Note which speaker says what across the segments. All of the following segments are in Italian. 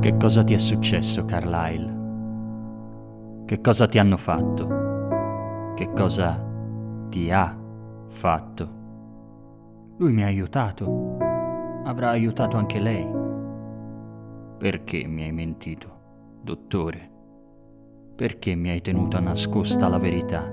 Speaker 1: Che cosa ti è successo, Carlyle? Che cosa ti hanno fatto? Che cosa ti ha fatto? Lui mi ha aiutato. Avrà aiutato anche lei. Perché mi hai mentito, dottore? Perché mi hai tenuta nascosta la verità?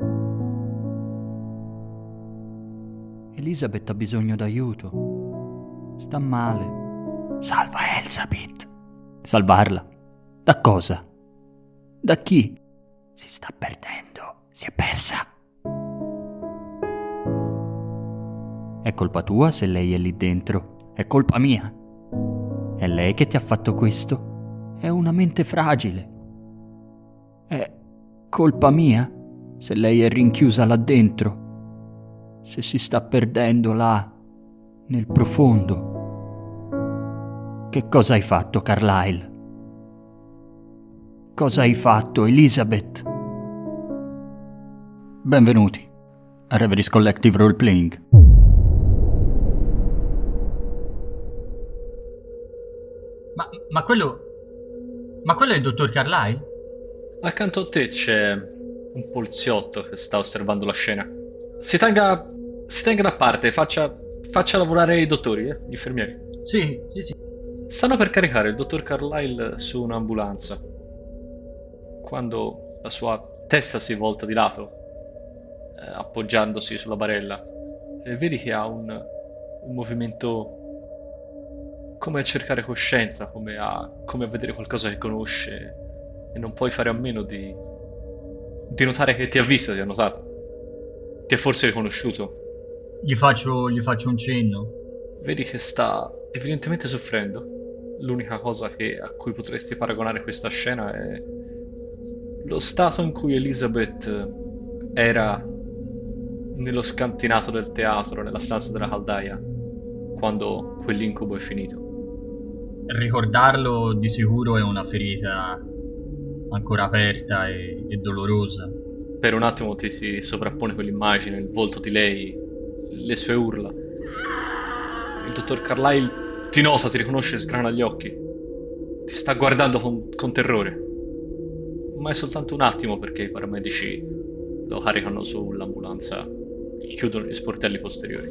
Speaker 1: Elizabeth ha bisogno d'aiuto. Sta male. Salva Elizabeth. Salvarla? Da cosa? Da chi? Si sta perdendo. Si è persa. È colpa tua se lei è lì dentro. È colpa mia. È lei che ti ha fatto questo? È una mente fragile. È colpa mia se lei è rinchiusa là dentro. Se si sta perdendo là, nel profondo. Che cosa hai fatto, Carlyle? Cosa hai fatto, Elizabeth? Benvenuti a Reveries Collective Roleplaying.
Speaker 2: Ma quello è il dottor Carlyle?
Speaker 3: Accanto a te c'è un poliziotto che sta osservando la scena. Si tenga da parte, faccia lavorare i dottori, gli infermieri.
Speaker 2: Sì.
Speaker 3: Stanno per caricare il dottor Carlyle su un'ambulanza. Quando la sua testa si volta di lato, appoggiandosi sulla barella, e vedi che ha un movimento come a cercare coscienza, come a vedere qualcosa che conosce, e non puoi fare a meno di notare che ti ha visto, ti ha notato, ti ha forse riconosciuto.
Speaker 2: Gli faccio un cenno.
Speaker 3: Vedi che sta evidentemente soffrendo. L'unica cosa a cui potresti paragonare questa scena è lo stato in cui Elizabeth era nello scantinato del teatro, nella stanza della caldaia, quando quell'incubo è finito.
Speaker 2: Ricordarlo di sicuro è una ferita ancora aperta e dolorosa.
Speaker 3: Per un attimo ti si sovrappone quell'immagine, il volto di lei, le sue urla. Il dottor Carlyle ti nota, ti riconosce, sgrana gli occhi. Ti sta guardando con terrore. Ma è soltanto un attimo, perché i paramedici lo caricano sull'ambulanza, chiudono gli sportelli posteriori.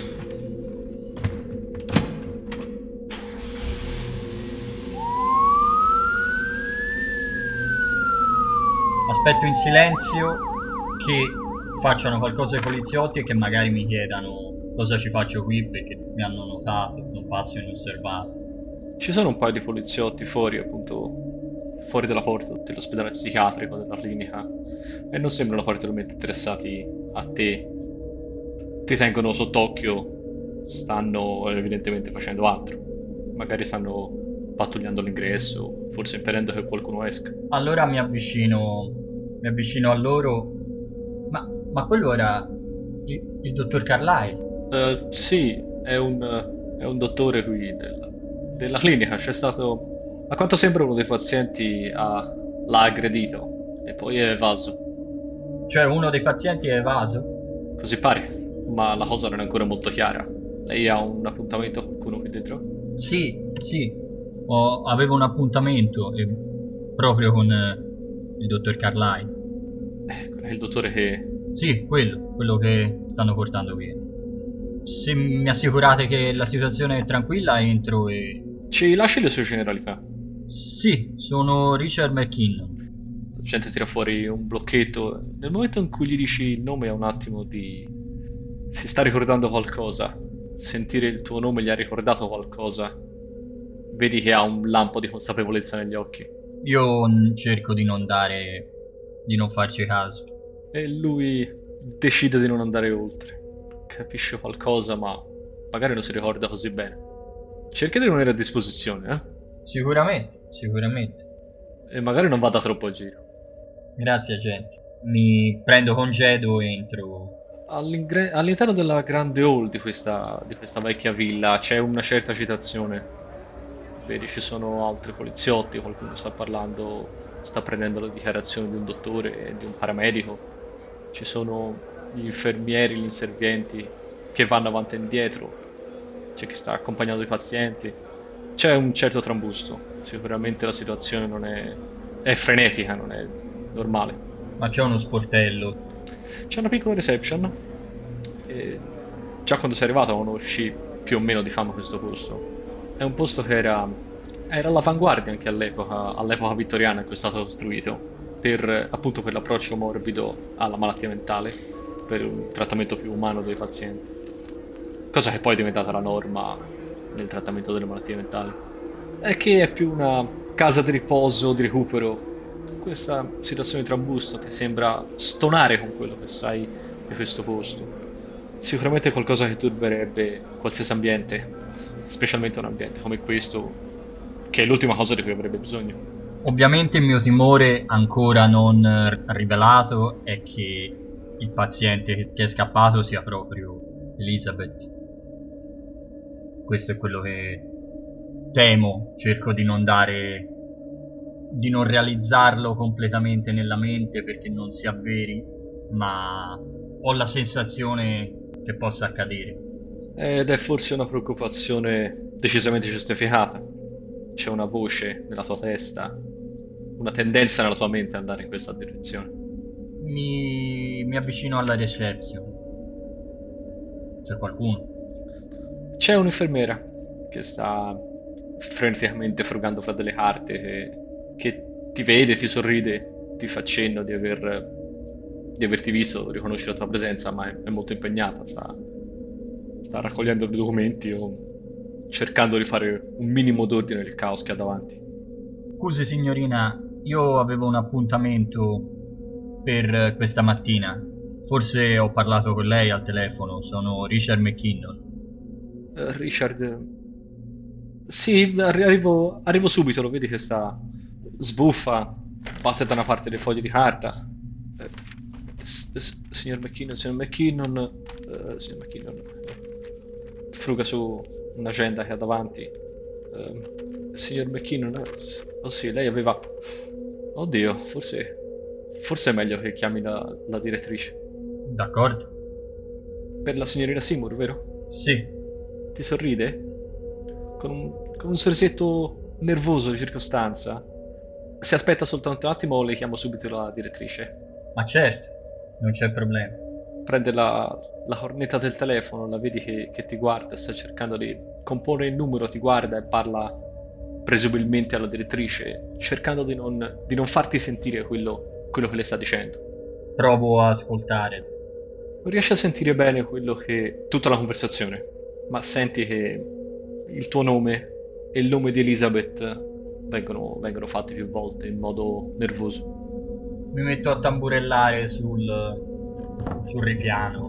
Speaker 2: Aspetto in silenzio che facciano qualcosa i poliziotti e che magari mi chiedano cosa ci faccio qui, perché mi hanno notato, non passo inosservato.
Speaker 3: Ci sono un paio di poliziotti fuori, appunto, fuori dalla porta dell'ospedale psichiatrico, della clinica, e non sembrano particolarmente interessati a te. Ti tengono sott'occhio, stanno evidentemente facendo altro. Magari stanno pattugliando l'ingresso, forse impedendo che qualcuno esca.
Speaker 2: Allora mi avvicino a loro. Ma quello era il dottor Carlyle?
Speaker 3: Sì, è un dottore qui della clinica. C'è stato, a quanto sembra, uno dei pazienti l'ha aggredito e poi è evaso.
Speaker 2: Cioè uno dei pazienti è evaso?
Speaker 3: Così pare, ma la cosa non è ancora molto chiara. Lei ha un appuntamento con qualcuno qui dentro?
Speaker 2: Sì. Avevo un appuntamento proprio con il dottor Carlyle.
Speaker 3: È il dottore che...
Speaker 2: Sì, quello che stanno portando via. Se mi assicurate che la situazione è tranquilla, entro e...
Speaker 3: Ci lasci le sue generalità?
Speaker 2: Sì, sono Richard McKinnon.
Speaker 3: La gente tira fuori un blocchetto. Nel momento in cui gli dici il nome, ha un attimo di... si sta ricordando qualcosa. Sentire il tuo nome gli ha ricordato qualcosa. Vedi che ha un lampo di consapevolezza negli occhi.
Speaker 2: Io cerco di non farci caso.
Speaker 3: E lui decide di non andare oltre. Capisce qualcosa, ma magari non si ricorda così bene. Cerca di rimanere a disposizione, eh?
Speaker 2: Sicuramente.
Speaker 3: E magari non vada troppo a giro.
Speaker 2: Grazie, agente. Mi prendo congedo e entro.
Speaker 3: All'interno della grande hall di questa vecchia villa c'è una certa citazione. Vedi, ci sono altri poliziotti, qualcuno sta parlando, sta prendendo le dichiarazioni di un dottore e di un paramedico. Ci sono gli infermieri, gli inservienti che vanno avanti e indietro. C'è chi sta accompagnando i pazienti. C'è un certo trambusto. Sicuramente la situazione non è frenetica, non è normale.
Speaker 2: Ma c'è uno sportello.
Speaker 3: C'è una piccola reception. E già quando sei arrivato conosci più o meno di fama questo posto. È un posto che era all'avanguardia anche all'epoca vittoriana in cui è stato costruito, appunto per l'approccio morbido alla malattia mentale, per un trattamento più umano dei pazienti. Cosa che poi è diventata la norma nel trattamento delle malattie mentali. È che è più una casa di riposo, di recupero. Questa situazione di trambusto ti sembra stonare con quello che sai di questo posto. Sicuramente qualcosa che turberebbe qualsiasi ambiente, specialmente un ambiente come questo, che è l'ultima cosa di cui avrebbe bisogno.
Speaker 2: Ovviamente il mio timore ancora non rivelato è che il paziente che è scappato sia proprio Elizabeth. Questo è quello che temo, cerco di non realizzarlo completamente nella mente perché non si avveri, ma ho la sensazione che possa accadere.
Speaker 3: Ed è forse una preoccupazione decisamente giustificata. C'è una voce nella tua testa, una tendenza nella tua mente ad andare in questa direzione.
Speaker 2: Mi avvicino alla reception. C'è qualcuno?
Speaker 3: C'è un'infermiera che sta freneticamente frugando fra delle carte che ti vede, ti sorride, ti fa cenno di averti visto, riconosce la tua presenza, ma è molto impegnata, sta raccogliendo dei documenti o cercando di fare un minimo d'ordine nel caos che ha davanti.
Speaker 2: Scusi signorina, io avevo un appuntamento per questa mattina. Forse ho parlato con lei al telefono, sono Richard McKinnon.
Speaker 3: Richard, sì, arrivo subito, lo vedi che sbuffa, batte da una parte le foglie di carta. Signor McKinnon, fruga su un'agenda che ha davanti. Signor McKinnon, oh sì, lei aveva... Oddio, forse è meglio che chiami la direttrice.
Speaker 2: D'accordo?
Speaker 3: Per la signorina Seymour, vero?
Speaker 2: Sì.
Speaker 3: Ti sorride? Con un sorrisetto nervoso di circostanza. Se aspetta soltanto un attimo, le chiamo subito la direttrice.
Speaker 2: Ma certo, non c'è problema.
Speaker 3: Prende la cornetta del telefono, la vedi che ti guarda, sta cercando di comporre il numero, ti guarda e parla presumibilmente alla direttrice, cercando di non farti sentire quello che le sta dicendo.
Speaker 2: Provo a ascoltare.
Speaker 3: Non riesci a sentire bene tutta la conversazione, ma senti che il tuo nome e il nome di Elizabeth vengono fatti più volte in modo nervoso.
Speaker 2: Mi metto a tamburellare sul ripiano,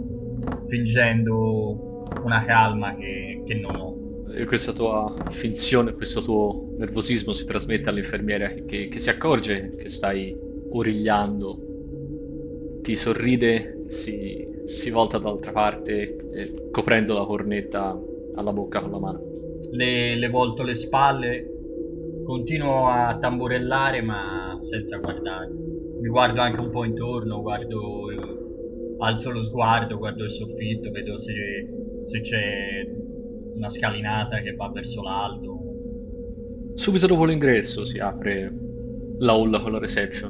Speaker 2: fingendo una calma che non ho.
Speaker 3: E questa tua finzione, questo tuo nervosismo si trasmette all'infermiera che si accorge che stai origliando, ti sorride, si volta dall'altra parte, coprendo la cornetta alla bocca con la mano.
Speaker 2: Le volto le spalle, continuo a tamburellare ma senza guardare. Mi guardo anche un po' intorno, alzo lo sguardo, guardo il soffitto, vedo se c'è una scalinata che va verso l'alto.
Speaker 3: Subito dopo l'ingresso si apre la hall con la reception.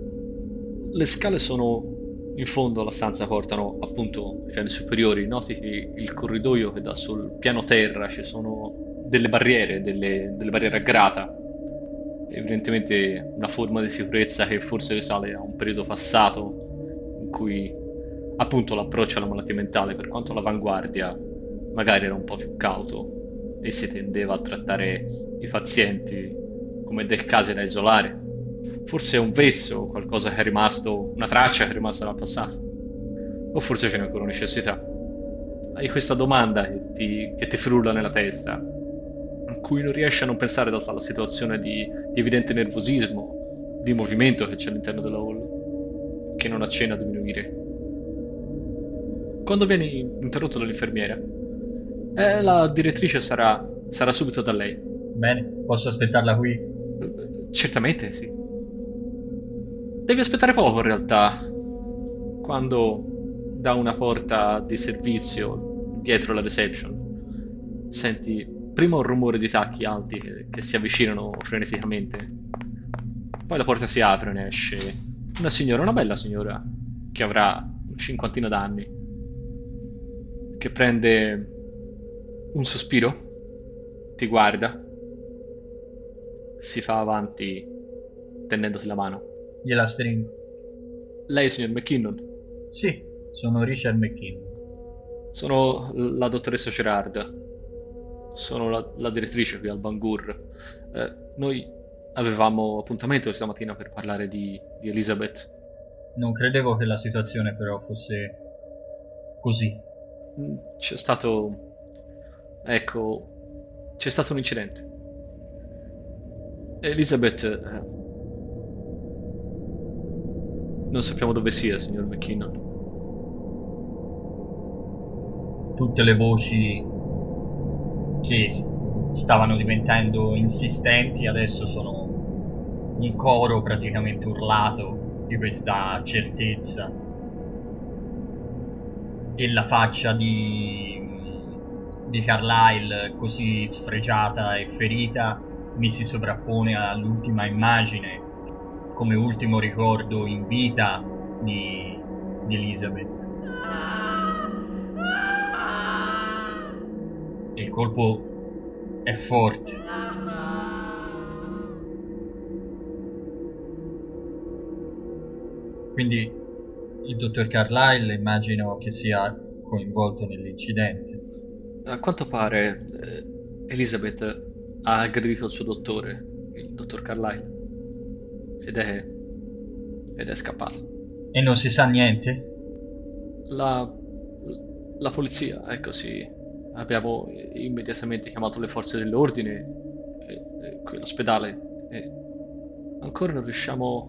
Speaker 3: Le scale sono in fondo alla stanza, portano appunto ai piani superiori. Noti che il corridoio che dà sul piano terra ci sono delle barriere a grata, evidentemente una forma di sicurezza che forse risale a un periodo passato in cui appunto l'approccio alla malattia mentale, per quanto all'avanguardia, magari era un po' più cauto e si tendeva a trattare i pazienti come del caso da isolare. Forse è un vezzo, qualcosa che è rimasto, una traccia che è rimasta dal passato. O forse ce n'è ancora necessità. Hai questa domanda che ti frulla nella testa, in cui non riesci a non pensare data la situazione di evidente nervosismo, di movimento che c'è all'interno della hall, che non accenna a diminuire. Quando vieni interrotto dall'infermiera, la direttrice sarà subito da lei.
Speaker 2: Bene, posso aspettarla qui?
Speaker 3: Certamente, sì. Devi aspettare poco in realtà. Quando da una porta di servizio dietro la reception senti prima un rumore di tacchi alti che si avvicinano freneticamente. Poi la porta si apre e ne esce una signora, una bella signora, che avrà una cinquantina d'anni, che prende un sospiro, ti guarda, si fa avanti tenendoti la mano.
Speaker 2: Gliela stringo.
Speaker 3: Lei, signor McKinnon?
Speaker 2: Sì, sono Richard McKinnon.
Speaker 3: Sono la dottoressa Gerard. Sono la direttrice qui al Bangor. Noi avevamo appuntamento questa mattina per parlare di Elizabeth.
Speaker 2: Non credevo che la situazione però fosse così.
Speaker 3: C'è stato... Ecco, c'è stato un incidente. Elizabeth... non sappiamo dove sia, signor McKinnon.
Speaker 2: Tutte le voci che stavano diventando insistenti adesso sono un coro praticamente urlato di questa certezza, e la faccia di Carlyle così sfregiata e ferita mi si sovrappone all'ultima immagine come ultimo ricordo in vita di Elizabeth. E il colpo è forte. Quindi il dottor Carlyle immagino che sia coinvolto nell'incidente.
Speaker 3: A quanto pare Elizabeth ha aggredito il suo dottore, il dottor Carlyle, ed è scappata.
Speaker 2: E non si sa niente?
Speaker 3: La polizia, ecco sì, abbiamo immediatamente chiamato le forze dell'ordine e qui all'ospedale e ancora non riusciamo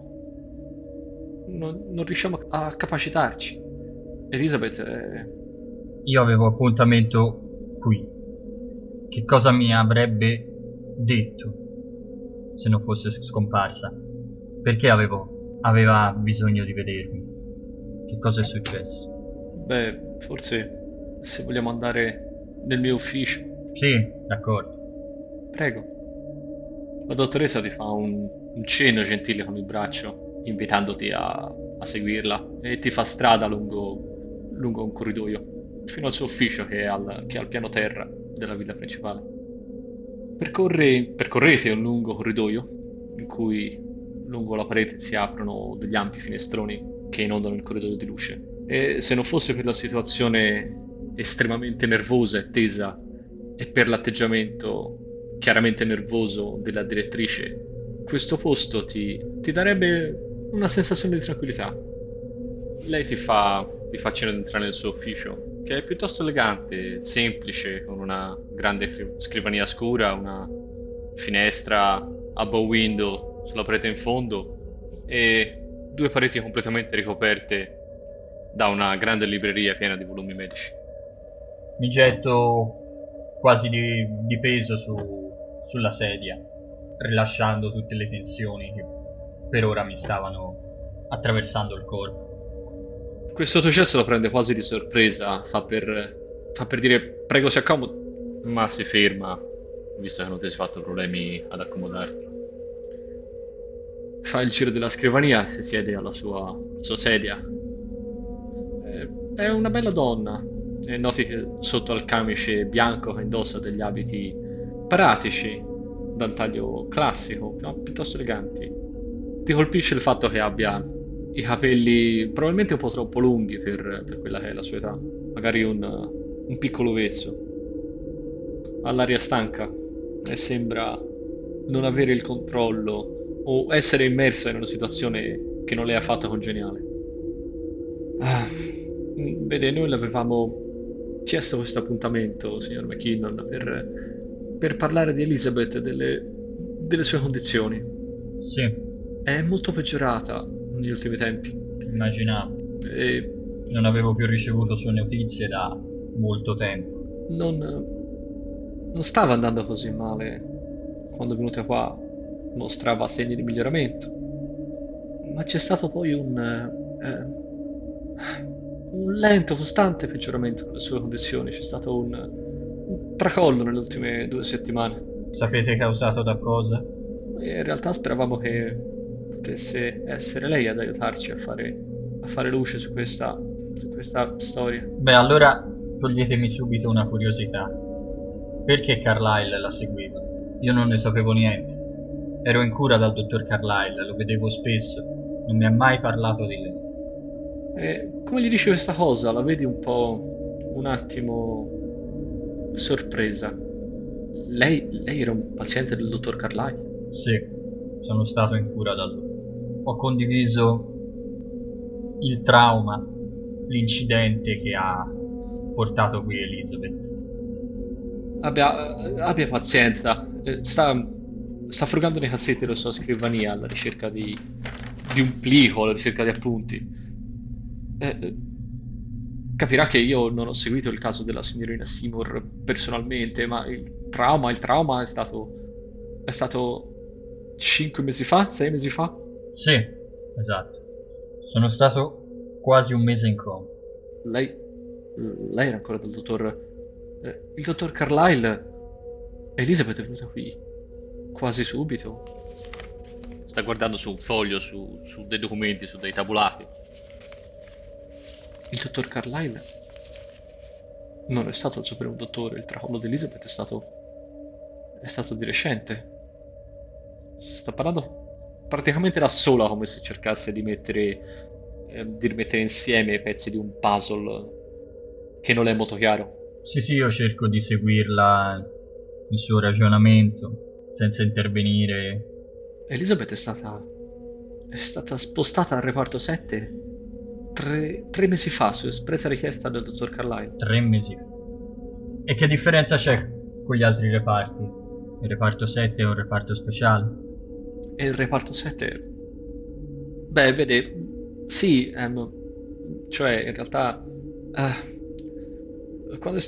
Speaker 3: a capacitarci. Elizabeth
Speaker 2: Io avevo appuntamento qui. Che cosa mi avrebbe detto se non fosse scomparsa? Perché aveva bisogno di vedermi? Che cosa è successo?
Speaker 3: Beh, forse se vogliamo andare nel mio ufficio.
Speaker 2: Sì, d'accordo.
Speaker 3: Prego. La dottoressa ti fa un cenno gentile con il braccio, invitandoti a seguirla, e ti fa strada lungo un corridoio fino al suo ufficio che è al piano terra della villa principale. Percorrete un lungo corridoio in cui lungo la parete si aprono degli ampi finestroni che inondano il corridoio di luce. E se non fosse per la situazione estremamente nervosa e tesa e per l'atteggiamento chiaramente nervoso della direttrice, questo posto ti darebbe una sensazione di tranquillità. Lei ti fa cenno di entrare nel suo ufficio, che è piuttosto elegante, semplice, con una grande scrivania scura, una finestra a bow window sulla parete in fondo e due pareti completamente ricoperte da una grande libreria piena di volumi medici.
Speaker 2: Mi getto quasi di peso sulla sedia, rilasciando tutte le tensioni che per ora mi stavano attraversando il corpo.
Speaker 3: Questo tuo gesto lo prende quasi di sorpresa, fa per dire prego si accomodi, ma si ferma, visto che non ti sei fatto problemi ad accomodarti. Fa il giro della scrivania, si siede alla sua sedia. È una bella donna, e noti che sotto al camice bianco che indossa degli abiti pratici, dal taglio classico, ma piuttosto eleganti. Ti colpisce il fatto che abbia i capelli probabilmente un po' troppo lunghi per quella che è la sua età, magari un piccolo vezzo. Ha l'aria stanca e sembra non avere il controllo o essere immersa in una situazione che non le ha fatto congeniale. Vede, noi le avevamo chiesto questo appuntamento, signor McKinnon, per parlare di Elizabeth e delle sue condizioni.
Speaker 2: Sì,
Speaker 3: È molto peggiorata negli ultimi tempi.
Speaker 2: immaginavo.
Speaker 3: E
Speaker 2: Non avevo più ricevuto sue notizie da molto tempo.
Speaker 3: non stava andando così male. Quando è venuta qua mostrava segni di miglioramento. Ma c'è stato poi un lento, costante peggioramento delle sue condizioni. C'è stato tracollo nelle ultime 2 settimane.
Speaker 2: Sapete causato da cosa?
Speaker 3: E in realtà speravamo che potesse essere lei ad aiutarci a fare luce su questa storia.
Speaker 2: Beh, allora toglietemi subito una curiosità. Perché Carlyle la seguiva? Io non ne sapevo niente. Ero in cura dal dottor Carlyle, lo vedevo spesso. Non mi ha mai parlato di lei.
Speaker 3: E come gli dici questa cosa, la vedi un attimo sorpresa. Lei era un paziente del dottor Carlyle?
Speaker 2: Sì, sono stato in cura da lui. Ho condiviso il trauma, l'incidente che ha portato qui Elizabeth.
Speaker 3: Abbia pazienza. Sta frugando nei cassetti della sua scrivania alla ricerca di un plico, alla ricerca di appunti. Capirà che io non ho seguito il caso della signorina Seymour personalmente, ma il trauma è stato 5 mesi fa, 6 mesi fa.
Speaker 2: Sì, esatto. Sono stato quasi un mese in coma.
Speaker 3: Lei era ancora dal il dottor Carlyle. Elizabeth è venuta qui quasi subito. Sta guardando su un foglio, su dei documenti, su dei tabulati. Il dottor Carlyle non è stato il suo primo dottore, il tracollo di Elizabeth è stato di recente. Sta parlando praticamente da sola, come se cercasse di rimettere insieme i pezzi di un puzzle che non è molto chiaro.
Speaker 2: Sì, io cerco di seguirla, il suo ragionamento, senza intervenire.
Speaker 3: Elizabeth è stata spostata al reparto 7 tre mesi fa su espressa richiesta del dottor Carlyle.
Speaker 2: 3 mesi fa. E che differenza c'è con gli altri reparti? Il reparto 7 è un reparto speciale?
Speaker 3: E il reparto 7? Beh, vede, sì, cioè in realtà quando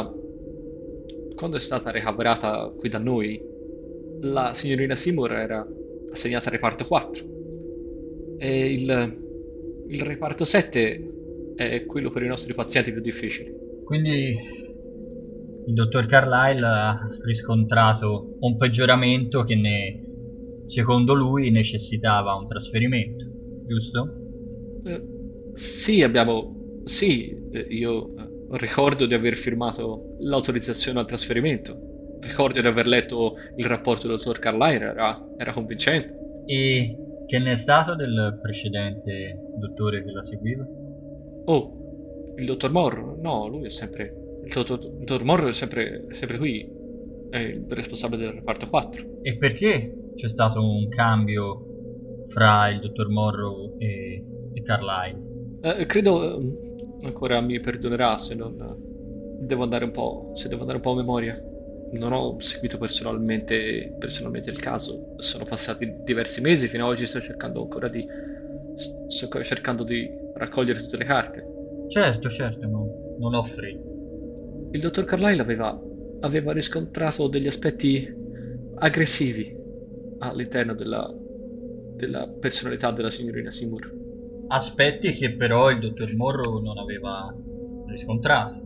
Speaker 3: è stata ricoverata qui da noi, la signorina Seymour era assegnata al reparto 4 e il reparto 7 è quello per i nostri pazienti più difficili.
Speaker 2: Quindi il dottor Carlyle ha riscontrato un peggioramento che secondo lui necessitava un trasferimento, giusto?
Speaker 3: Sì, io ricordo di aver firmato l'autorizzazione al trasferimento. Ricordo di aver letto il rapporto del dottor Carlyle, era convincente.
Speaker 2: E che ne è stato del precedente dottore che la seguiva?
Speaker 3: Oh, il dottor Morrow? No, lui è sempre... Il dottor Morrow è sempre qui. È il responsabile del reparto 4.
Speaker 2: E perché c'è stato un cambio fra il dottor Morrow e Carlyle?
Speaker 3: Credo... ancora mi perdonerà se devo andare un po' a memoria. Non ho seguito personalmente il caso. Sono passati diversi mesi, fino ad oggi sto ancora cercando di raccogliere tutte le carte.
Speaker 2: Certo, non ho fretta.
Speaker 3: Il dottor Carlyle aveva riscontrato degli aspetti aggressivi all'interno della personalità della signorina Seymour.
Speaker 2: Aspetti che però il dottor Morrow non aveva riscontrato.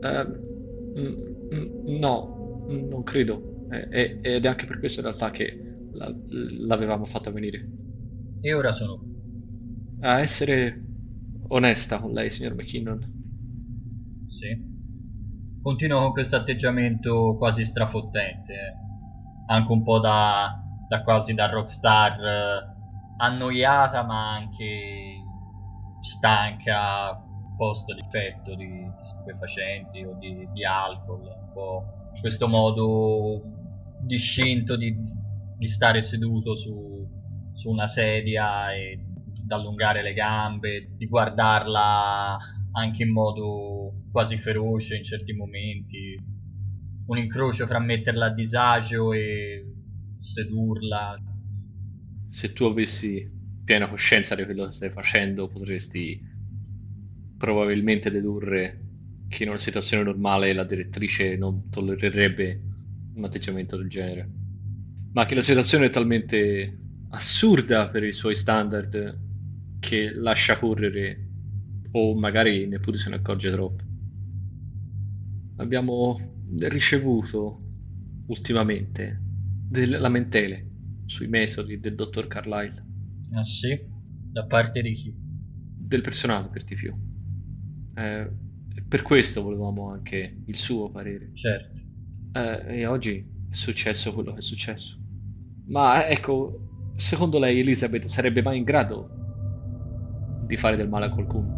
Speaker 3: No, non credo. Ed è anche per questo in realtà che l'avevamo fatta venire.
Speaker 2: E ora sono qui.
Speaker 3: A essere onesta con lei, signor McKinnon.
Speaker 2: Sì. Continuo con questo atteggiamento quasi strafottente, anche un po' quasi da rockstar, annoiata ma anche stanca post l'effetto di stupefacenti o di alcol, un po' questo modo discinto di stare seduto su una sedia e di allungare le gambe, di guardarla anche in modo quasi feroce in certi momenti, un incrocio fra metterla a disagio e sedurla.
Speaker 3: Se tu avessi piena coscienza di quello che stai facendo, potresti probabilmente dedurre che in una situazione normale la direttrice non tollererebbe un atteggiamento del genere, ma che la situazione è talmente assurda per i suoi standard che lascia correre, o magari neppure se ne accorge troppo. Abbiamo ricevuto ultimamente delle lamentele sui metodi del dottor Carlyle,
Speaker 2: Ah sì? Da parte di chi?
Speaker 3: del personale per di più. Eh, per questo volevamo anche il suo parere.
Speaker 2: Certo.
Speaker 3: E oggi è successo quello che è successo. Ma ecco, secondo lei Elizabeth sarebbe mai in grado di fare del male a qualcuno?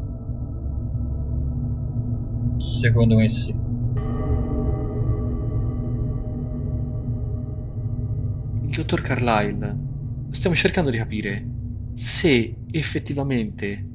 Speaker 2: Secondo me sì.
Speaker 3: Il dottor Carlyle, stiamo cercando di capire se effettivamente,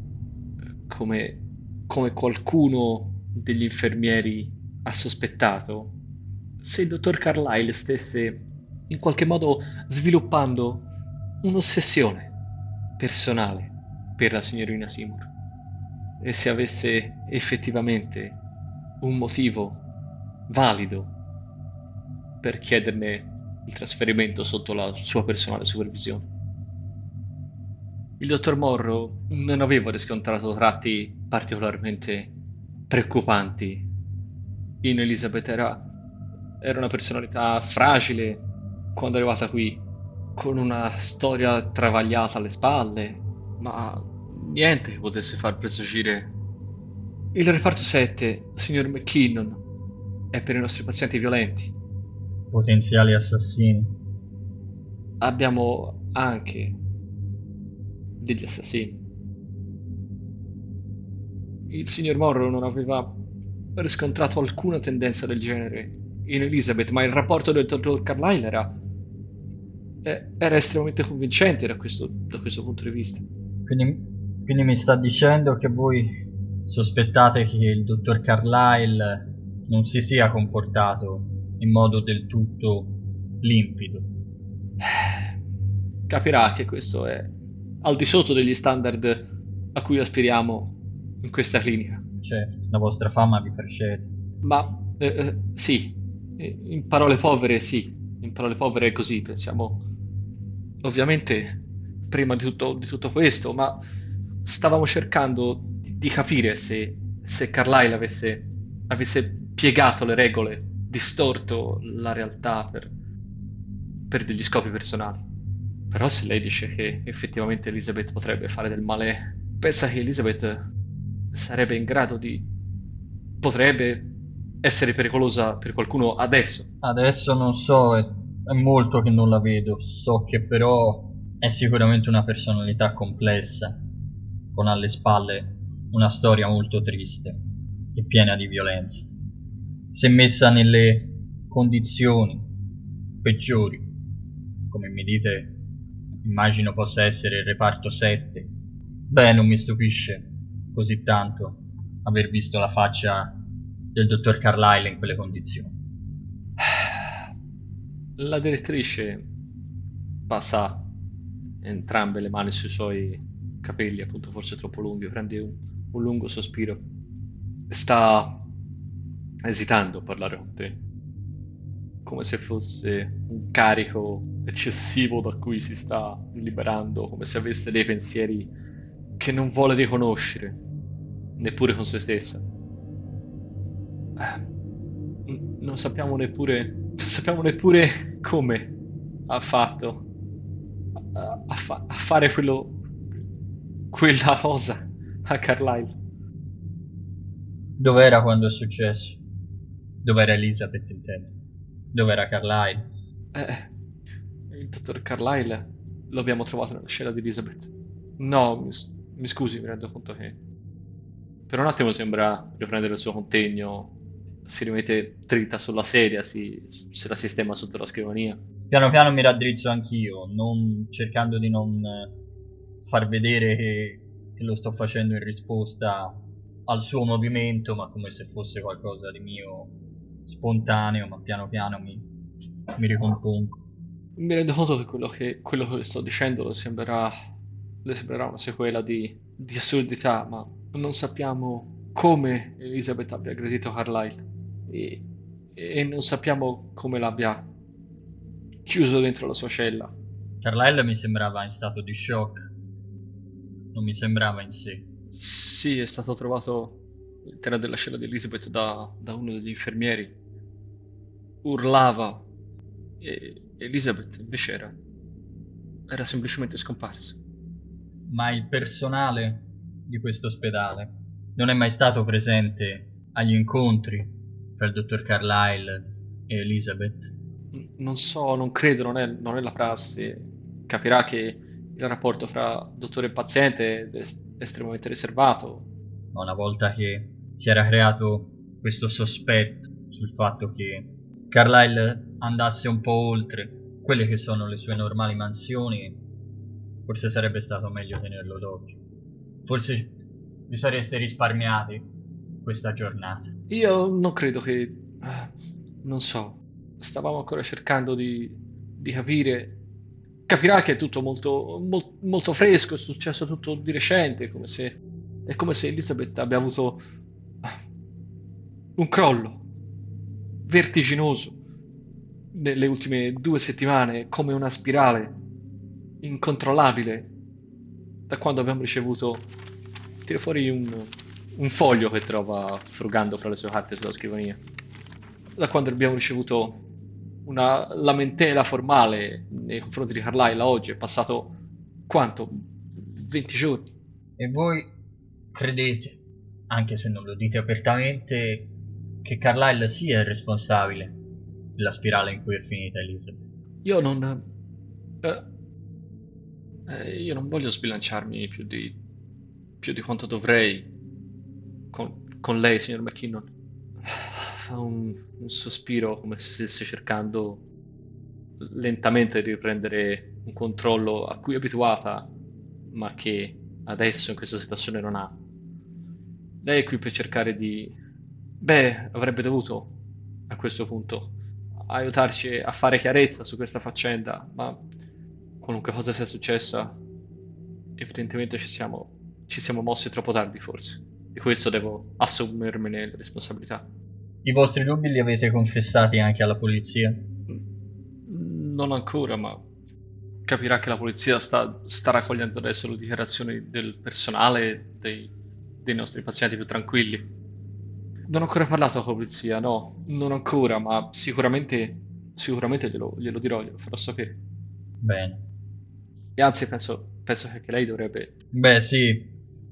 Speaker 3: come qualcuno degli infermieri ha sospettato, se il dottor Carlyle stesse in qualche modo sviluppando un'ossessione personale per la signorina Seymour e se avesse effettivamente un motivo valido per chiederne il trasferimento sotto la sua personale supervisione. Il dottor Morrow non aveva riscontrato tratti particolarmente preoccupanti in Elizabeth. Era una personalità fragile quando è arrivata qui, con una storia travagliata alle spalle, ma niente che potesse far presagire. Il reparto 7, signor McKinnon, è per i nostri pazienti violenti.
Speaker 2: Potenziali assassini.
Speaker 3: Abbiamo anche degli assassini. Il signor Morrow non aveva riscontrato alcuna tendenza del genere in Elizabeth, ma il rapporto del dottor Carlyle era estremamente convincente da questo punto di vista.
Speaker 2: Quindi mi sta dicendo che voi sospettate che il dottor Carlyle non si sia comportato in modo del tutto limpido.
Speaker 3: Capirà che questo è al di sotto degli standard a cui aspiriamo in questa clinica.
Speaker 2: Cioè, la vostra fama vi precede.
Speaker 3: Ma sì, in parole povere sì, in parole povere è così, pensiamo. Ovviamente, prima di tutto questo, ma stavamo cercando di capire se Carlyle avesse piegato le regole, distorto la realtà per degli scopi personali. Però se lei dice che effettivamente Elizabeth potrebbe fare del male, pensa che Elizabeth sarebbe in grado potrebbe essere pericolosa per qualcuno adesso.
Speaker 2: Adesso non so, è molto che non la vedo. So che però è sicuramente una personalità complessa, con alle spalle una storia molto triste e piena di violenza. Se messa nelle condizioni peggiori, come mi dite, immagino possa essere il reparto 7, beh, non mi stupisce così tanto aver visto la faccia del dottor Carlyle in quelle condizioni.
Speaker 3: La direttrice passa entrambe le mani sui suoi capelli, appunto forse troppo lunghi, prende un lungo sospiro. Sta esitando a parlare con te, come se fosse un carico eccessivo da cui si sta liberando, come se avesse dei pensieri che non vuole riconoscere, neppure con se stessa. Non sappiamo neppure come ha fatto a fare quella cosa a Carlyle.
Speaker 2: Dov'era quando è successo? Dov'era Elizabeth, intendo? Dov'era Carlyle?
Speaker 3: Il dottor Carlyle lo abbiamo trovato nella scena di Elizabeth. No, mi scusi, mi rendo conto che per un attimo sembra riprendere il suo contegno, si rimette dritta sulla sedia, se la sistema sotto la scrivania.
Speaker 2: Piano piano mi raddrizzo anch'io, cercando di non far vedere che lo sto facendo in risposta al suo movimento, ma come se fosse qualcosa di mio spontaneo, ma piano piano mi ricompongo.
Speaker 3: Mi rendo conto che quello che le sto dicendo le sembrerà una sequela di assurdità, ma non sappiamo come Elizabeth abbia aggredito Carlyle e non sappiamo come l'abbia chiuso dentro la sua cella.
Speaker 2: Carlyle mi sembrava in stato di shock, non mi sembrava in sé.
Speaker 3: Sì, è stato trovato all'interno della cella di Elizabeth da uno degli infermieri. urlava e Elizabeth invece era semplicemente scomparsa.
Speaker 2: Ma il personale di questo ospedale non è mai stato presente agli incontri tra il dottor Carlyle e Elizabeth?
Speaker 3: Non so, non credo, non è la prassi. Capirà che il rapporto fra dottore e paziente è estremamente riservato.
Speaker 2: Ma una volta che si era creato questo sospetto sul fatto che Carlyle andasse un po' oltre quelle che sono le sue normali mansioni, forse sarebbe stato meglio tenerlo d'occhio. Forse vi sareste risparmiati questa giornata.
Speaker 3: Io non credo che... non so, stavamo ancora cercando di capire. Capirà che è tutto molto fresco, è successo tutto di recente, è come se Elizabeth abbia avuto un crollo vertiginoso nelle ultime 2 settimane, come una spirale incontrollabile. Da quando abbiamo ricevuto... Tira fuori un foglio che trova frugando fra le sue carte sulla scrivania. Da quando abbiamo ricevuto una lamentela formale nei confronti di Carlyle oggi è passato quanto? 20 giorni.
Speaker 2: E voi credete, anche se non lo dite apertamente, che Carlyle sia il responsabile della spirale in cui è finita Elizabeth?
Speaker 3: Io non... io non voglio sbilanciarmi più di quanto dovrei con lei, signor McKinnon. Fa un sospiro come se stesse cercando lentamente di riprendere un controllo a cui è abituata, ma che adesso in questa situazione non ha. Lei è qui per cercare di... Beh, avrebbe dovuto, a questo punto, aiutarci a fare chiarezza su questa faccenda, ma qualunque cosa sia successa, evidentemente ci siamo mossi troppo tardi, forse. Di questo devo assumermene le responsabilità.
Speaker 2: I vostri dubbi li avete confessati anche alla polizia?
Speaker 3: Non ancora, ma capirà che la polizia sta raccogliendo adesso le dichiarazioni del personale dei nostri pazienti più tranquilli. Non ho ancora parlato alla polizia, no, non ancora, ma sicuramente glielo dirò, glielo farò sapere.
Speaker 2: Bene.
Speaker 3: E anzi, penso che lei dovrebbe...
Speaker 2: Beh, sì.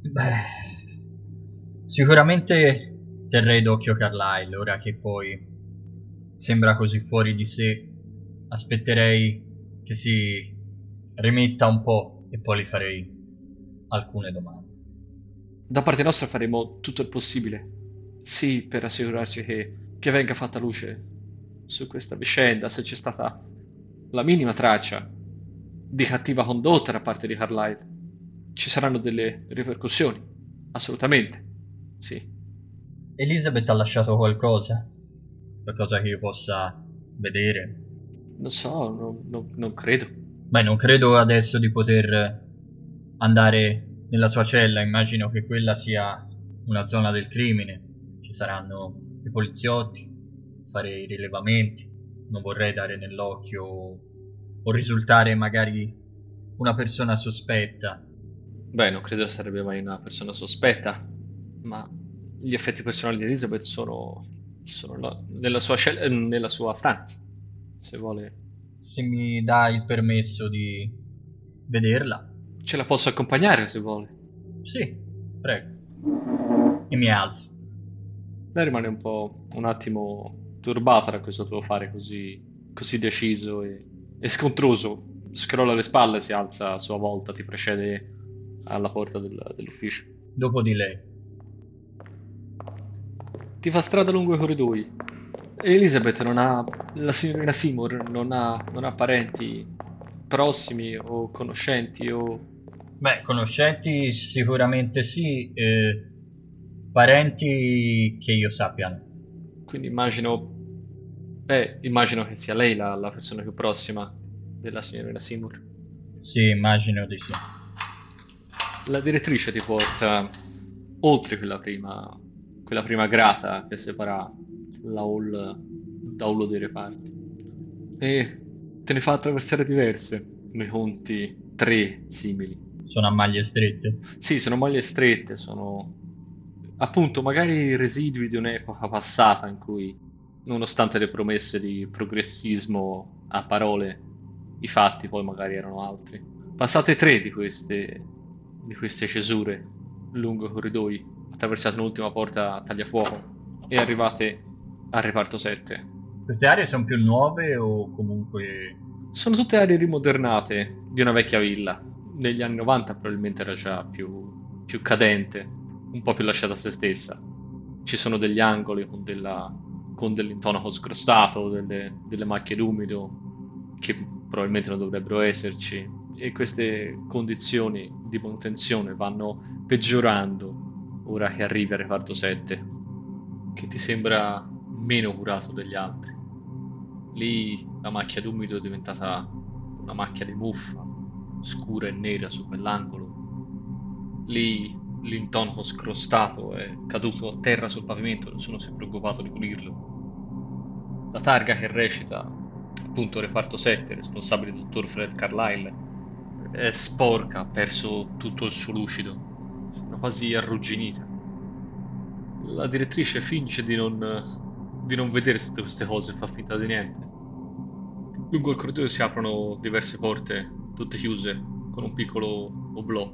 Speaker 2: Sicuramente terrei d'occhio Carlyle, ora che poi sembra così fuori di sé. Aspetterei che si rimetta un po' e poi gli farei alcune domande.
Speaker 3: Da parte nostra faremo tutto il possibile, sì, per assicurarci che venga fatta luce su questa vicenda, se c'è stata la minima traccia di cattiva condotta da parte di Carlyle. Ci saranno delle ripercussioni, assolutamente, sì.
Speaker 2: Elizabeth ha lasciato qualcosa che io possa vedere?
Speaker 3: Non so, non credo.
Speaker 2: Beh, non credo adesso di poter andare nella sua cella, immagino che quella sia una zona del crimine, ci saranno i poliziotti, fare i rilevamenti, non vorrei dare nell'occhio o risultare magari una persona sospetta.
Speaker 3: Beh, non credo sarebbe mai una persona sospetta, ma gli effetti personali di Elizabeth sono nella sua stanza, se vuole.
Speaker 2: Se mi dà il permesso di vederla?
Speaker 3: Ce la posso accompagnare se vuole.
Speaker 2: Sì, prego. E mi alzo.
Speaker 3: Lei rimane un attimo turbata da questo tuo fare così deciso e scontroso. Scrolla le spalle, si alza a sua volta, ti precede alla porta dell'ufficio.
Speaker 2: Dopo di lei.
Speaker 3: Ti fa strada lungo i corridoi. Elizabeth la signorina Seymour non ha parenti prossimi o conoscenti o...
Speaker 2: Beh, conoscenti sicuramente sì, parenti che io sappia no.
Speaker 3: Quindi immagino che sia lei la persona più prossima della signorina Seymour.
Speaker 2: Sì, immagino di sì.
Speaker 3: La direttrice ti porta oltre quella prima grata che separa la hall da uno dei reparti e te ne fa attraversare diverse, ne conti 3 simili.
Speaker 2: Sono a maglie strette?
Speaker 3: Sì, sono maglie strette, sono appunto magari residui di un'epoca passata in cui Nonostante le promesse di progressismo a parole, i fatti poi magari erano altri. Passate 3 di queste cesure lungo i corridoi, attraversate un'ultima porta a tagliafuoco e arrivate al reparto 7.
Speaker 2: Queste aree sono più nuove o comunque...
Speaker 3: Sono tutte aree rimodernate di una vecchia villa. Negli anni 90 probabilmente era già più cadente, un po' più lasciata a se stessa. Ci sono degli angoli con dell'intonaco scrostato, delle macchie d'umido che probabilmente non dovrebbero esserci. E queste condizioni di manutenzione vanno peggiorando ora che arrivi al reparto 7, che ti sembra meno curato degli altri. Lì la macchia d'umido è diventata una macchia di muffa, scura e nera su quell'angolo. Lì l'intonaco scrostato è caduto a terra sul pavimento, nessuno si è preoccupato di pulirlo. La targa che recita, appunto, reparto 7, responsabile il dottor Fred Carlyle, è sporca, ha perso tutto il suo lucido, sembra quasi arrugginita. La direttrice finge di non vedere tutte queste cose e fa finta di niente. Lungo il corridoio si aprono diverse porte, tutte chiuse, con un piccolo oblò.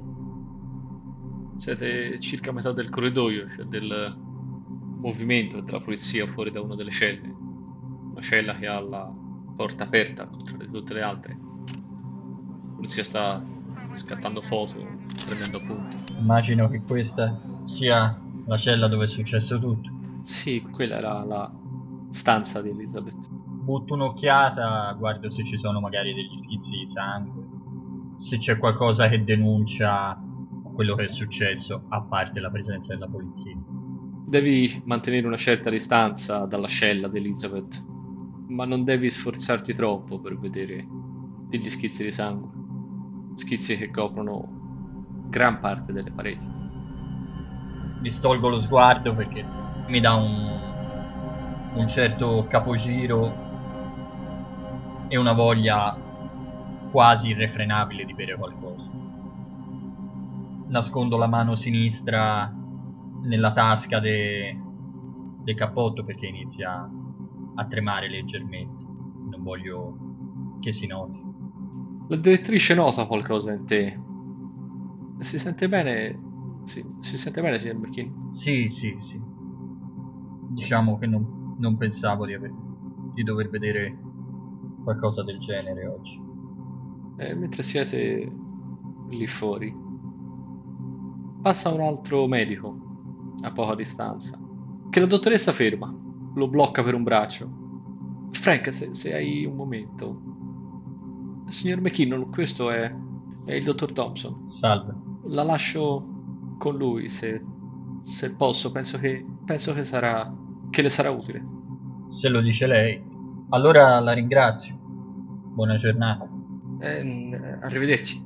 Speaker 3: Siete circa a metà del corridoio, c'è del movimento della polizia fuori da una delle celle. Una cella che ha la porta aperta tra tutte le altre. La polizia sta scattando foto, prendendo appunti.
Speaker 2: Immagino che questa sia la cella dove è successo tutto.
Speaker 3: Sì, quella era la stanza di Elizabeth.
Speaker 2: Butto un'occhiata, guardo se ci sono magari degli schizzi di sangue, se c'è qualcosa che denuncia quello che è successo, a parte la presenza della polizia.
Speaker 3: Devi mantenere una certa distanza dalla cella di Elizabeth, ma non devi sforzarti troppo per vedere degli schizzi di sangue, schizzi che coprono gran parte delle pareti.
Speaker 2: Distolgo lo sguardo perché mi dà un certo capogiro e una voglia quasi irrefrenabile di bere qualcosa. Nascondo la mano sinistra nella tasca del cappotto perché inizia a tremare leggermente. Non voglio che si noti.
Speaker 3: La direttrice nota qualcosa in te. Si sente bene? Si sente bene, signor McKean?
Speaker 2: Sì. Diciamo che non pensavo di dover vedere qualcosa del genere oggi.
Speaker 3: Mentre siete lì fuori, passa un altro medico a poca distanza, che la dottoressa ferma, lo blocca per un braccio. Frank, se hai un momento. Signor McKinnon, questo è il dottor Thompson.
Speaker 2: Salve.
Speaker 3: La lascio con lui se posso, penso che le sarà utile.
Speaker 2: Se lo dice lei, allora la ringrazio. Buona giornata.
Speaker 3: Arrivederci.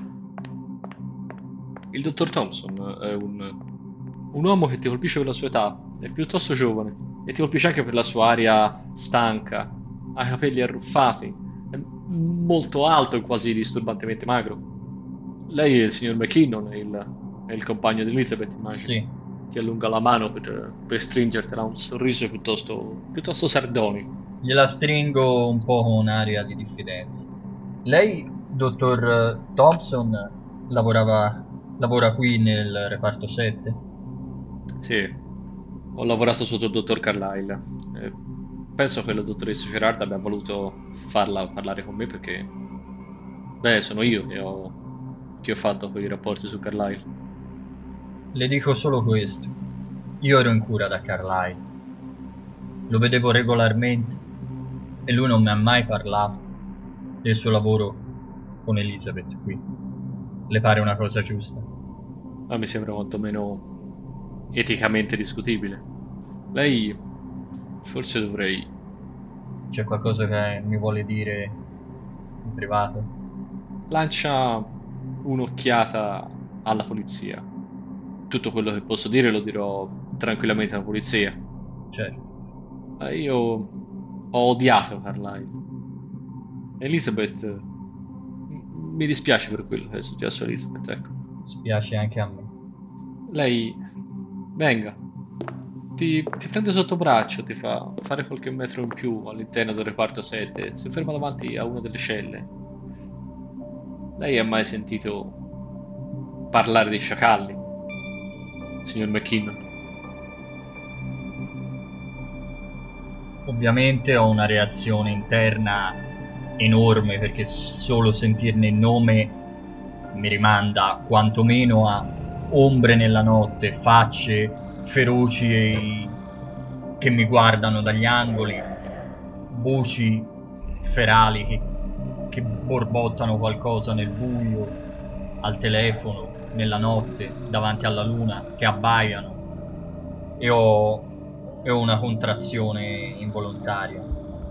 Speaker 3: Il dottor Thompson è un uomo che ti colpisce per la sua età, è piuttosto giovane e ti colpisce anche per la sua aria stanca, ha i capelli arruffati, è molto alto e quasi disturbantemente magro. Lei è il signor McKinnon, è il compagno di Elizabeth, immagino.
Speaker 2: Sì.
Speaker 3: Ti allunga la mano per stringertela, un sorriso piuttosto sardonico.
Speaker 2: Gliela stringo un po' con un'aria di diffidenza. Lei, dottor Thompson, lavora qui nel reparto 7?
Speaker 3: Sì, ho lavorato sotto il dottor Carlyle. Penso che la dottoressa Gerard abbia voluto farla parlare con me perché, sono io che ho fatto quei rapporti su Carlyle.
Speaker 2: Le dico solo questo. Io ero in cura da Carlyle. Lo vedevo regolarmente e lui non mi ha mai parlato del suo lavoro con Elizabeth qui. Le pare una cosa giusta?
Speaker 3: Ma mi sembra quantomeno eticamente discutibile. Lei forse dovrei...
Speaker 2: C'è qualcosa che mi vuole dire in privato?
Speaker 3: Lancia un'occhiata alla polizia. Tutto quello che posso dire lo dirò tranquillamente alla polizia.
Speaker 2: Certo.
Speaker 3: Io ho odiato Carlyle. Elizabeth, mi dispiace per quello che è successo a Elizabeth, ecco.
Speaker 2: Spiace anche a me.
Speaker 3: Lei, venga, Ti prende sotto braccio, ti fa fare qualche metro in più all'interno del reparto 7, si ferma davanti a una delle celle. Lei ha mai sentito parlare dei sciacalli, signor McKinnon?
Speaker 2: Ovviamente ho una reazione interna enorme, perché solo sentirne il nome mi rimanda quantomeno a ombre nella notte, facce feroci che mi guardano dagli angoli, voci ferali che borbottano qualcosa nel buio, al telefono, nella notte, davanti alla luna, che abbaiano, e ho una contrazione involontaria.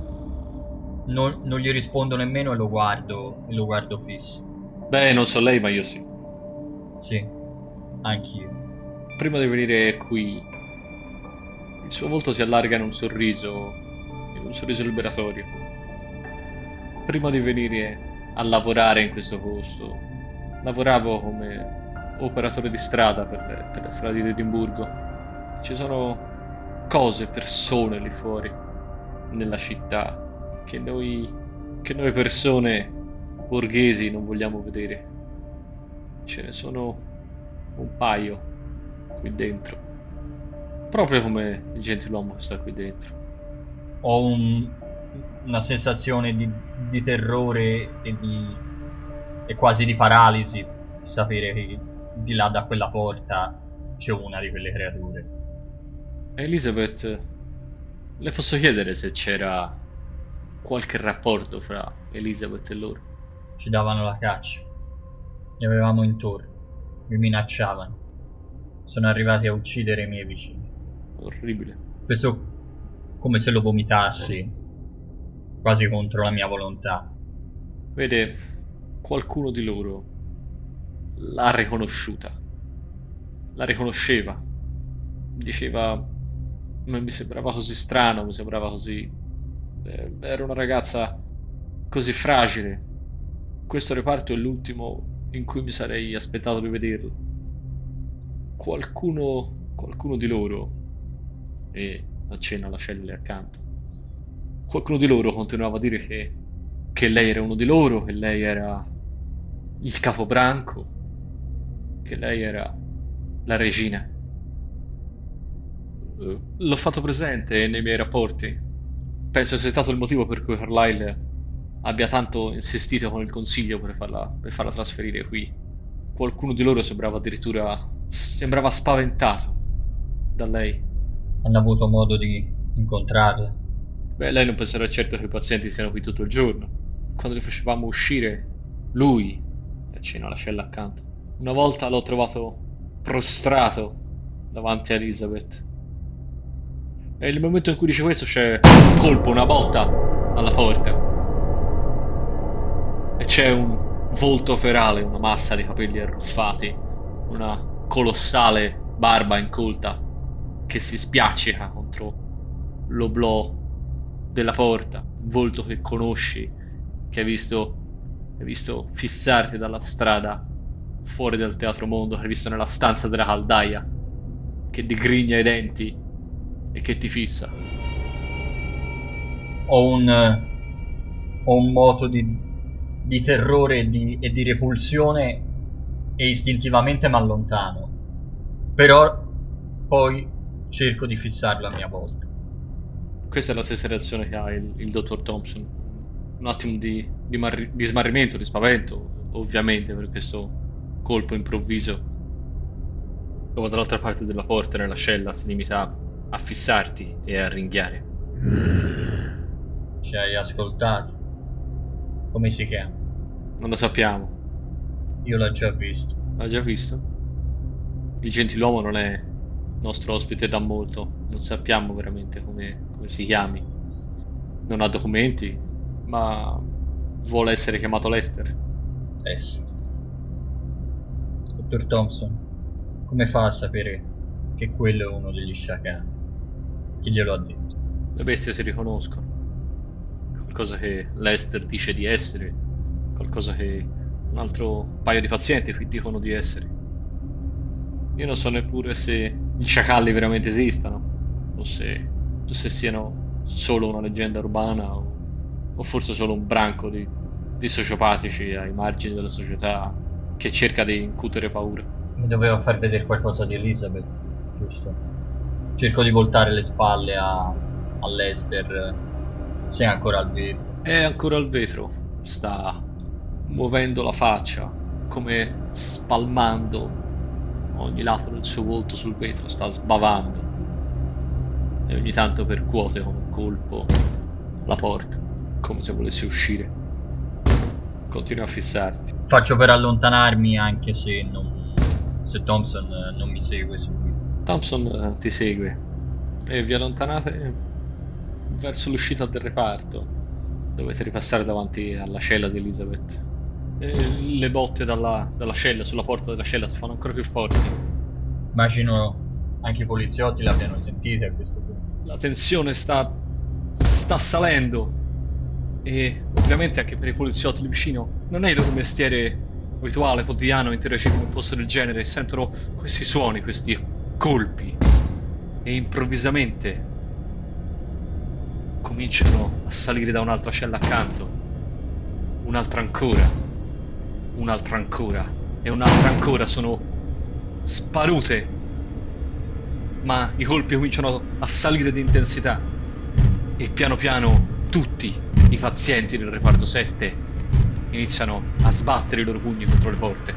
Speaker 2: Non gli rispondo nemmeno e lo guardo fisso.
Speaker 3: Beh, non so lei, ma io sì.
Speaker 2: Sì, anch'io.
Speaker 3: Prima di venire qui, il suo volto si allarga in un sorriso liberatorio. Prima di venire a lavorare in questo posto, lavoravo come operatore di strada per le strade di Edimburgo. Ci sono cose, persone lì fuori, nella città, che noi persone borghesi non vogliamo vedere. Ce ne sono un paio qui dentro, proprio come il gentiluomo che sta qui dentro.
Speaker 2: Ho una sensazione di terrore e quasi di paralisi, sapere che di là da quella porta c'è una di quelle creature.
Speaker 3: Elizabeth, le posso chiedere se c'era qualche rapporto fra Elizabeth e loro?
Speaker 2: Ci davano la caccia, li avevamo intorno, mi minacciavano, sono arrivati a uccidere i miei vicini.
Speaker 3: Orribile.
Speaker 2: Questo come se lo vomitassi, quasi contro la mia volontà.
Speaker 3: Vede, qualcuno di loro l'ha riconosciuta, la riconosceva, diceva, mi sembrava così strano, mi sembrava così... era una ragazza così fragile. Questo reparto è l'ultimo in cui mi sarei aspettato di vederlo. Qualcuno di loro, e accenna alla cella accanto, qualcuno di loro continuava a dire che lei era uno di loro, che lei era il capobranco, che lei era la regina. L'ho fatto presente nei miei rapporti. Penso sia stato il motivo per cui Carlyle abbia tanto insistito con il consiglio per farla trasferire qui. Qualcuno di loro sembrava spaventato da lei.
Speaker 2: Hanno avuto modo di incontrarla?
Speaker 3: Beh, lei non penserà certo che i pazienti siano qui tutto il giorno. Quando li facevamo uscire, lui, accenna alla cella accanto, una volta l'ho trovato prostrato davanti a Elizabeth. E nel momento in cui dice questo c'è un colpo, una botta alla porta. E c'è un volto ferale, una massa di capelli arruffati, una colossale barba incolta che si spiaccica contro l'oblò della porta. Un volto che conosci, che hai visto fissarti dalla strada fuori dal teatro mondo, che hai visto nella stanza della caldaia, che digrigna i denti e che ti fissa.
Speaker 2: Ho un moto di terrore e di repulsione e istintivamente mi allontano, però poi cerco di fissarlo a mia volta.
Speaker 3: Questa è la stessa reazione che ha il dottor Thompson. Un attimo di smarrimento, di spavento, ovviamente, per questo colpo improvviso. Come dall'altra parte della porta nella cella si limita a fissarti e a ringhiare.
Speaker 2: Ci hai ascoltato? Come si chiama?
Speaker 3: Non lo sappiamo.
Speaker 2: Io l'ho già visto.
Speaker 3: L'hai già visto? Il gentiluomo non è nostro ospite da molto. Non sappiamo veramente come si chiami. Non ha documenti, ma vuole essere chiamato Lester.
Speaker 2: Lester. Dottor Thompson, come fa a sapere che quello è uno degli sciacalli? Chi glielo ha detto?
Speaker 3: Le bestie si riconoscono. Qualcosa che Lester dice di essere, qualcosa che un altro paio di pazienti qui dicono di essere. Io non so neppure se gli sciacalli veramente esistano. o se siano solo una leggenda urbana o forse solo un branco di sociopatici ai margini della società che cerca di incutere paura.
Speaker 2: Mi doveva far vedere qualcosa di Elizabeth, giusto? Cerco di voltare le spalle a Lester, se è ancora al vetro.
Speaker 3: È ancora al vetro, sta muovendo la faccia, come spalmando ogni lato del suo volto sul vetro, sta sbavando e ogni tanto percuote con un colpo la porta, come se volesse uscire. Continua a fissarti.
Speaker 2: Faccio per allontanarmi anche se Thompson non mi segue subito.
Speaker 3: Thompson ti segue e vi allontanate verso l'uscita del reparto. Dovete ripassare davanti alla cella di Elizabeth. E le botte dalla cella, sulla porta della cella, si fanno ancora più forti.
Speaker 2: Immagino anche i poliziotti l'abbiano sentita a questo punto.
Speaker 3: La tensione sta salendo e ovviamente anche per i poliziotti lì vicino non è il loro mestiere abituale, quotidiano, interagire in un posto del genere. Sentono questi suoni, questi colpi e improvvisamente cominciano a salire da un'altra cella accanto, un'altra ancora e un'altra ancora. Sono sparute, ma i colpi cominciano a salire di intensità e piano piano tutti i pazienti del reparto 7 iniziano a sbattere i loro pugni contro le porte.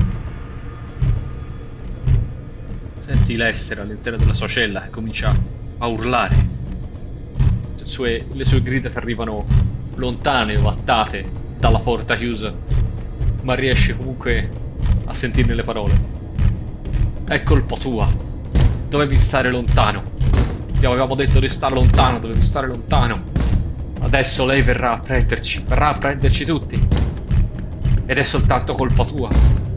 Speaker 3: Senti Lester all'interno della sua cella che comincia a urlare. Le sue grida ti arrivano lontane, ovattate dalla porta chiusa, ma riesci comunque a sentirne le parole. È colpa tua, dovevi stare lontano, ti avevamo detto di stare lontano, dovevi stare lontano. Adesso lei verrà a prenderci tutti ed è soltanto colpa tua.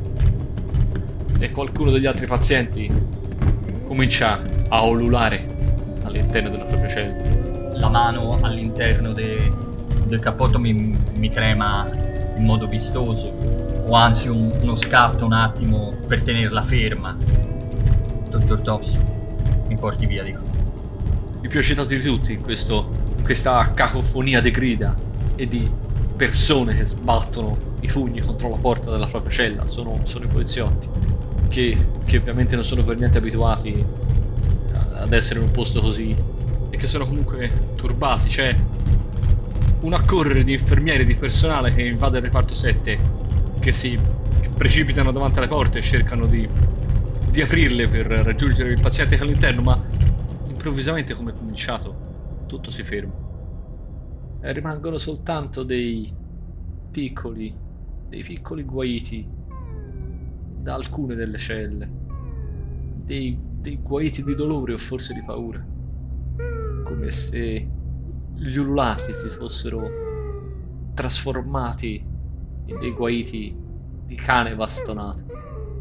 Speaker 3: E qualcuno degli altri pazienti comincia a ululare all'interno della propria cella.
Speaker 2: La mano all'interno del cappotto mi trema in modo vistoso, o anzi uno scatto un attimo per tenerla ferma. Dottor Thompson, mi porti via di qui.
Speaker 3: I più eccitati di tutti in questa cacofonia di grida e di persone che sbattono i pugni contro la porta della propria cella sono i poliziotti che ovviamente non sono per niente abituati ad essere in un posto così e che sono comunque turbati. C'è un accorrere di infermieri, di personale che invade il reparto 7, che si precipitano davanti alle porte e cercano di aprirle per raggiungere il paziente che è all'interno, ma improvvisamente, come è cominciato, tutto si ferma e rimangono soltanto dei piccoli guaiti da alcune delle celle, dei guaiti di dolore o forse di paura, come se gli ululati si fossero trasformati in dei guaiti di cane bastonato.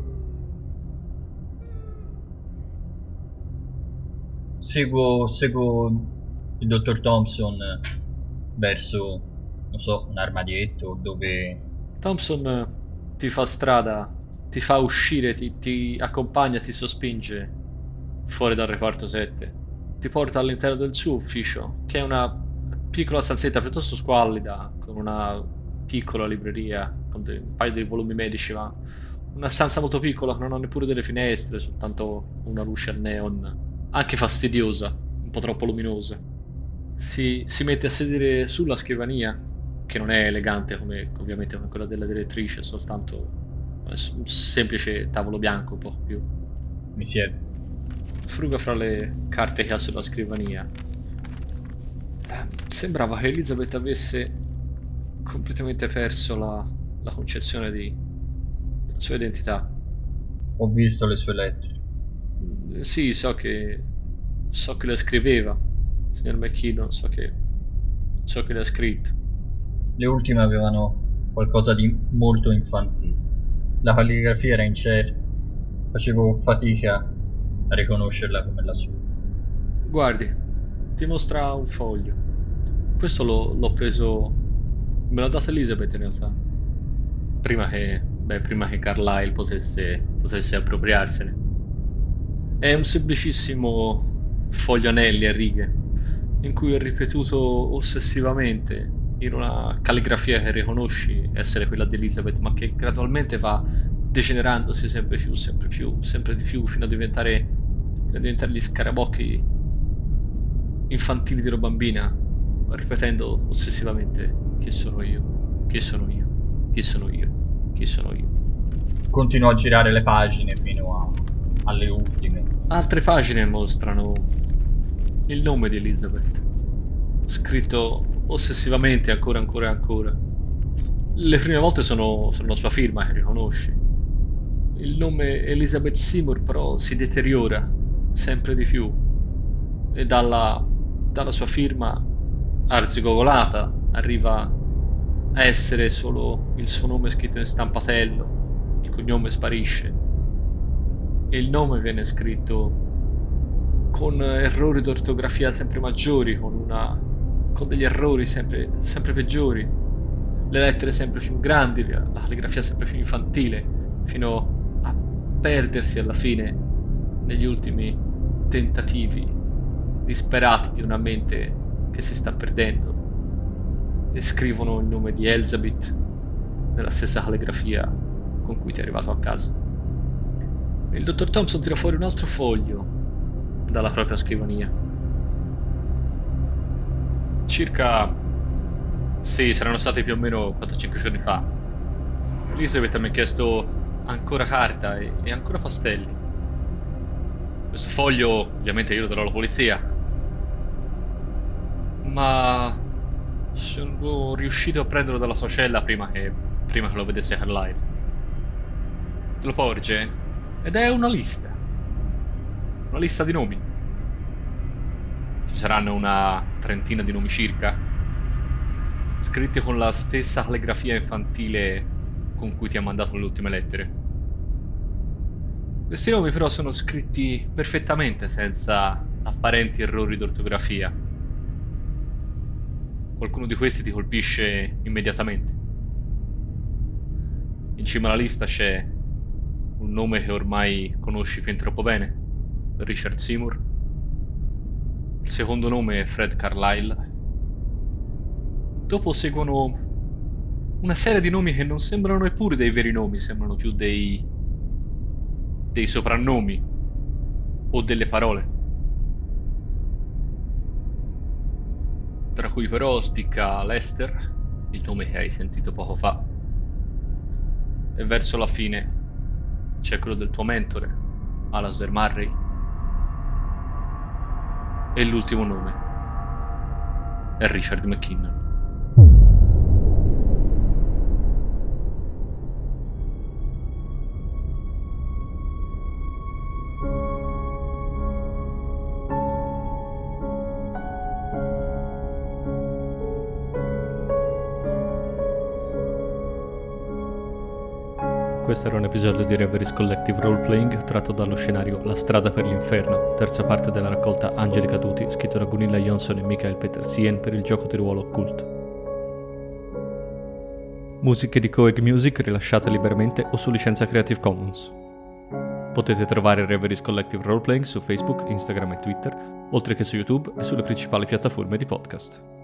Speaker 2: Seguo il dottor Thompson verso, non so, un armadietto dove...
Speaker 3: Thompson ti fa strada, ti fa uscire, ti accompagna, ti sospinge fuori dal reparto 7. Ti porta all'interno del suo ufficio, che è una piccola stanzetta piuttosto squallida, con una piccola libreria, con un paio di volumi medici, ma una stanza molto piccola che non ha neppure delle finestre, soltanto una luce a neon, anche fastidiosa, un po' troppo luminosa. Si mette a sedere sulla scrivania, che non è elegante come ovviamente come quella della direttrice, è soltanto un semplice tavolo bianco, un po' più.
Speaker 2: Mi siedo.
Speaker 3: Fruga fra le carte che ha sulla scrivania. Sembrava che Elizabeth avesse completamente perso la concezione della sua identità.
Speaker 2: Ho visto le sue lettere.
Speaker 3: Sì, so che le scriveva, signor McKinnon, so che le ha scritto.
Speaker 2: Le ultime avevano qualcosa di molto infantile. La calligrafia era incerta, facevo fatica a riconoscerla come la sua.
Speaker 3: Guardi, ti mostra un foglio. Questo l'ho preso, me l'ha dato Elizabeth in realtà, prima che Carlyle potesse appropriarsene. È un semplicissimo foglio anelli a righe, in cui è ripetuto ossessivamente, in una calligrafia che riconosci essere quella di Elizabeth, ma che gradualmente va degenerandosi sempre più, sempre di più, fino a diventare gli scarabocchi infantili di una bambina, ripetendo ossessivamente: chi sono io, chi sono io, chi sono io, chi sono io.
Speaker 2: Continuo a girare le pagine fino alle ultime.
Speaker 3: Altre pagine mostrano il nome di Elizabeth, scritto ossessivamente ancora. Le prime volte sono la sua firma che riconosci. Il nome Elizabeth Seymour però si deteriora sempre di più, e dalla sua firma arzigogolata arriva a essere solo il suo nome scritto in stampatello. Il cognome sparisce e il nome viene scritto con errori d'ortografia sempre maggiori, con degli errori sempre peggiori, le lettere sempre più grandi, la calligrafia sempre più infantile, fino a perdersi alla fine negli ultimi tentativi disperati di una mente che si sta perdendo, e scrivono il nome di Elizabeth nella stessa calligrafia con cui ti è arrivato a casa. Il dottor Thompson tira fuori un altro foglio dalla propria scrivania. Saranno stati più o meno 4-5 giorni fa. Elizabeth mi ha chiesto ancora carta e ancora pastelli. Questo foglio ovviamente io lo darò alla polizia, ma sono riuscito a prenderlo dalla sua cella prima che lo vedesse Carlyle. Te lo porge ed è una lista di nomi. Ci saranno una trentina di nomi circa, scritti con la stessa calligrafia infantile con cui ti ha mandato le ultime lettere. Questi nomi però sono scritti perfettamente, senza apparenti errori d'ortografia. Qualcuno di questi ti colpisce immediatamente. In cima alla lista c'è un nome che ormai conosci fin troppo bene: Richard Seymour. Il secondo nome è Fred Carlyle. Dopo seguono una serie di nomi che non sembrano neppure dei veri nomi, sembrano più dei soprannomi o delle parole, tra cui però spicca Lester, il nome che hai sentito poco fa, e verso la fine c'è quello del tuo mentore, Alasdair Murray, e l'ultimo nome è Richard McKinnon.
Speaker 4: Questo era un episodio di Reveries Collective Roleplaying tratto dallo scenario La strada per l'inferno, terza parte della raccolta Angeli Caduti, scritto da Gunilla Jonsson e Michael Petersien per il gioco di ruolo Occult. Musiche di Coeg Music rilasciate liberamente o su licenza Creative Commons. Potete trovare Reveries Collective Roleplaying su Facebook, Instagram e Twitter, oltre che su YouTube e sulle principali piattaforme di podcast.